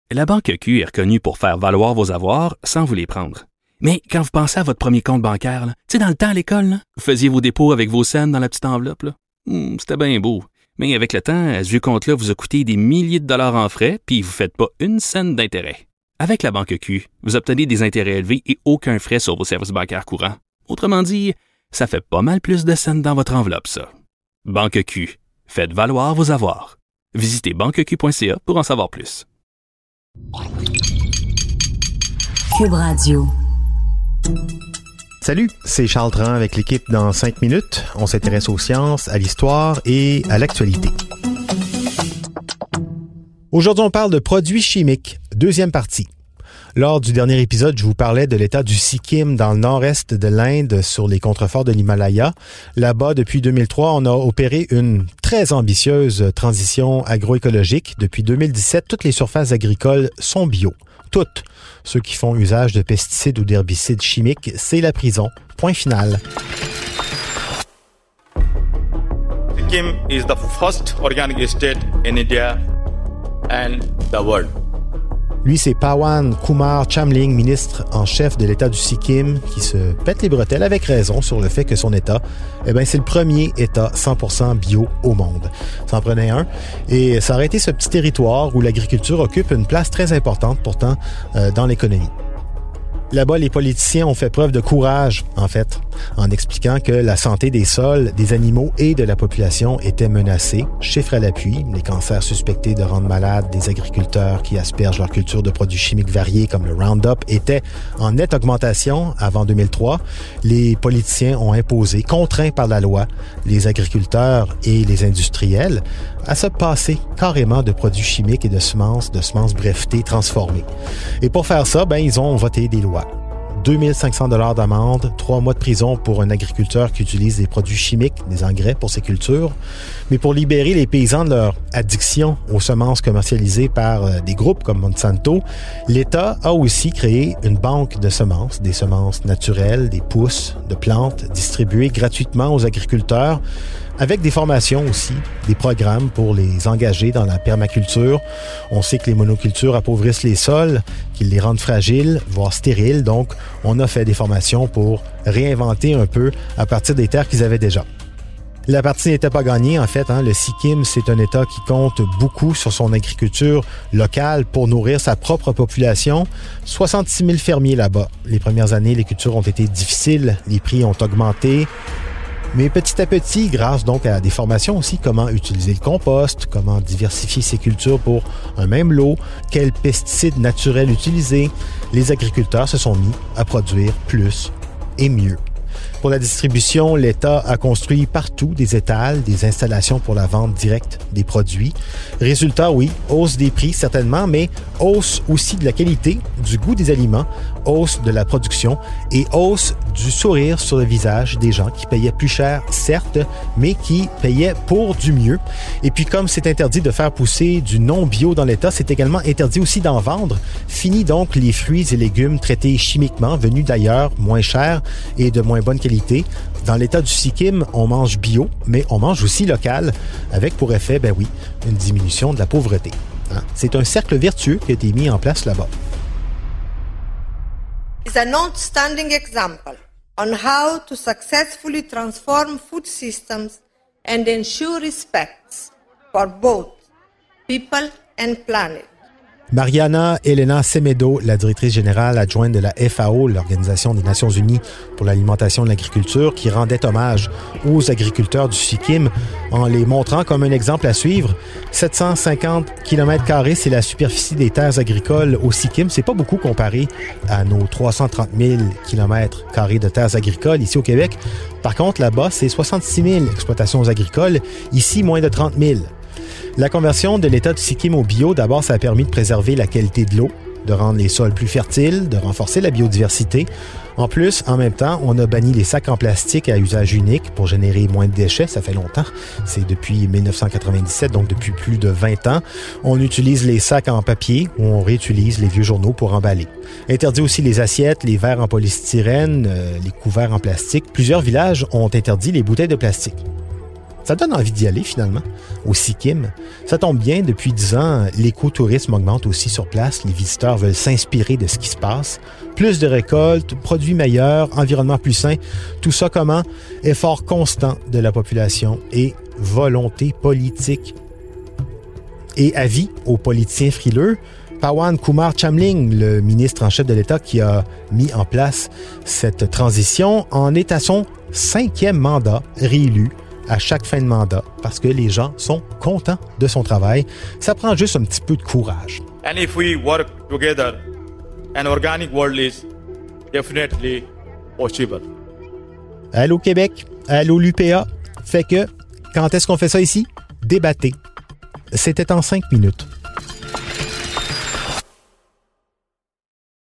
La Banque Q est reconnue pour faire valoir vos avoirs sans vous les prendre. Mais quand vous pensez à votre premier compte bancaire, tu sais, dans le temps à l'école, là, vous faisiez vos dépôts avec vos scènes dans la petite enveloppe. Là. C'était bien beau. Mais avec le temps, ce vieux compte-là vous a coûté des milliers de dollars en frais, puis vous ne faites pas une scène d'intérêt. Avec la Banque Q, vous obtenez des intérêts élevés et aucun frais sur vos services bancaires courants. Autrement dit, ça fait pas mal plus de scènes dans votre enveloppe, ça. Banque Q. Faites valoir vos avoirs. Visitez banqueq.ca pour en savoir plus. Cube Radio. Salut, c'est Charles Tran avec l'équipe dans 5 minutes. On s'intéresse aux sciences, à l'histoire et à l'actualité. Aujourd'hui, on parle de produits chimiques. Deuxième partie. Lors du dernier épisode, je vous parlais de l'état du Sikkim dans le nord-est de l'Inde sur les contreforts de l'Himalaya. Là-bas, depuis 2003, on a opéré une très ambitieuse transition agroécologique. Depuis 2017, toutes les surfaces agricoles sont bio. Toutes. Ceux qui font usage de pesticides ou d'herbicides chimiques, c'est la prison. Point final. Sikkim is the first organic state in India and the world. Lui, c'est Pawan Kumar Chamling, ministre en chef de l'État du Sikkim, qui se pète les bretelles avec raison sur le fait que son État, c'est le premier État 100% bio au monde. Ça en prenait un. Et ça aurait été ce petit territoire où l'agriculture occupe une place très importante pourtant dans l'économie. Là-bas, les politiciens ont fait preuve de courage, en fait, en expliquant que la santé des sols, des animaux et de la population était menacée. Chiffres à l'appui, les cancers suspectés de rendre malades des agriculteurs qui aspergent leur culture de produits chimiques variés comme le Roundup étaient en nette augmentation avant 2003. Les politiciens ont imposé, contraints par la loi, les agriculteurs et les industriels à se passer carrément de produits chimiques et de semences brevetées transformées. Et pour faire ça, ils ont voté des lois. 2500 $ d'amende, 3 mois de prison pour un agriculteur qui utilise des produits chimiques, des engrais pour ses cultures. Mais pour libérer les paysans de leur addiction aux semences commercialisées par des groupes comme Monsanto, l'État a aussi créé une banque de semences, des semences naturelles, des pousses de plantes distribuées gratuitement aux agriculteurs, avec des formations aussi, des programmes pour les engager dans la permaculture. On sait que les monocultures appauvrissent les sols, qu'ils les rendent fragiles, voire stériles. Donc, on a fait des formations pour réinventer un peu à partir des terres qu'ils avaient déjà. La partie n'était pas gagnée, en fait. Le Sikkim, c'est un État qui compte beaucoup sur son agriculture locale pour nourrir sa propre population. 66 000 fermiers là-bas. Les premières années, les cultures ont été difficiles, les prix ont augmenté. Mais petit à petit, grâce donc à des formations aussi, comment utiliser le compost, comment diversifier ses cultures pour un même lot, quels pesticides naturels utiliser, les agriculteurs se sont mis à produire plus et mieux. Pour la distribution, l'État a construit partout des étals, des installations pour la vente directe des produits. Résultat, oui, hausse des prix certainement, mais hausse aussi de la qualité, du goût des aliments, hausse de la production et hausse du sourire sur le visage des gens qui payaient plus cher, certes, mais qui payaient pour du mieux. Et puis comme c'est interdit de faire pousser du non-bio dans l'État, c'est également interdit aussi d'en vendre. Fini donc les fruits et légumes traités chimiquement, venus d'ailleurs moins chers et de moins bonne qualité. Dans l'État du Sikkim, on mange bio, mais on mange aussi local, avec pour effet, une diminution de la pauvreté. C'est un cercle vertueux qui a été mis en place là-bas. Is an outstanding example on how to successfully transform food systems and ensure respect for both people and planet. Mariana Elena Semedo, la directrice générale adjointe de la FAO, l'Organisation des Nations Unies pour l'alimentation et l'agriculture, qui rendait hommage aux agriculteurs du Sikkim en les montrant comme un exemple à suivre. 750 km², c'est la superficie des terres agricoles au Sikkim. C'est pas beaucoup comparé à nos 330 000 km² de terres agricoles ici au Québec. Par contre, là-bas, c'est 66 000 exploitations agricoles. Ici, moins de 30 000. La conversion de l'État du Sikkim au bio, d'abord, ça a permis de préserver la qualité de l'eau, de rendre les sols plus fertiles, de renforcer la biodiversité. En plus, en même temps, on a banni les sacs en plastique à usage unique pour générer moins de déchets. Ça fait longtemps. C'est depuis 1997, donc depuis plus de 20 ans. On utilise les sacs en papier ou on réutilise les vieux journaux pour emballer. Interdit aussi les assiettes, les verres en polystyrène, les couverts en plastique. Plusieurs villages ont interdit les bouteilles de plastique. Ça donne envie d'y aller, finalement, au Sikkim. Ça tombe bien, depuis 10 ans, l'écotourisme augmente aussi sur place. Les visiteurs veulent s'inspirer de ce qui se passe. Plus de récoltes, produits meilleurs, environnement plus sain. Tout ça comment? Effort constant de la population et volonté politique. Et avis aux politiciens frileux, Pawan Kumar Chamling, le ministre en chef de l'État qui a mis en place cette transition, en est à son 5e mandat réélu à chaque fin de mandat parce que les gens sont contents de son travail. Ça prend juste un petit peu de courage. And if we work together, an organic world is definitely possible. Allô Québec, allô l'UPA. Fait que, quand est-ce qu'on fait ça ici? Débattez. C'était en 5 minutes.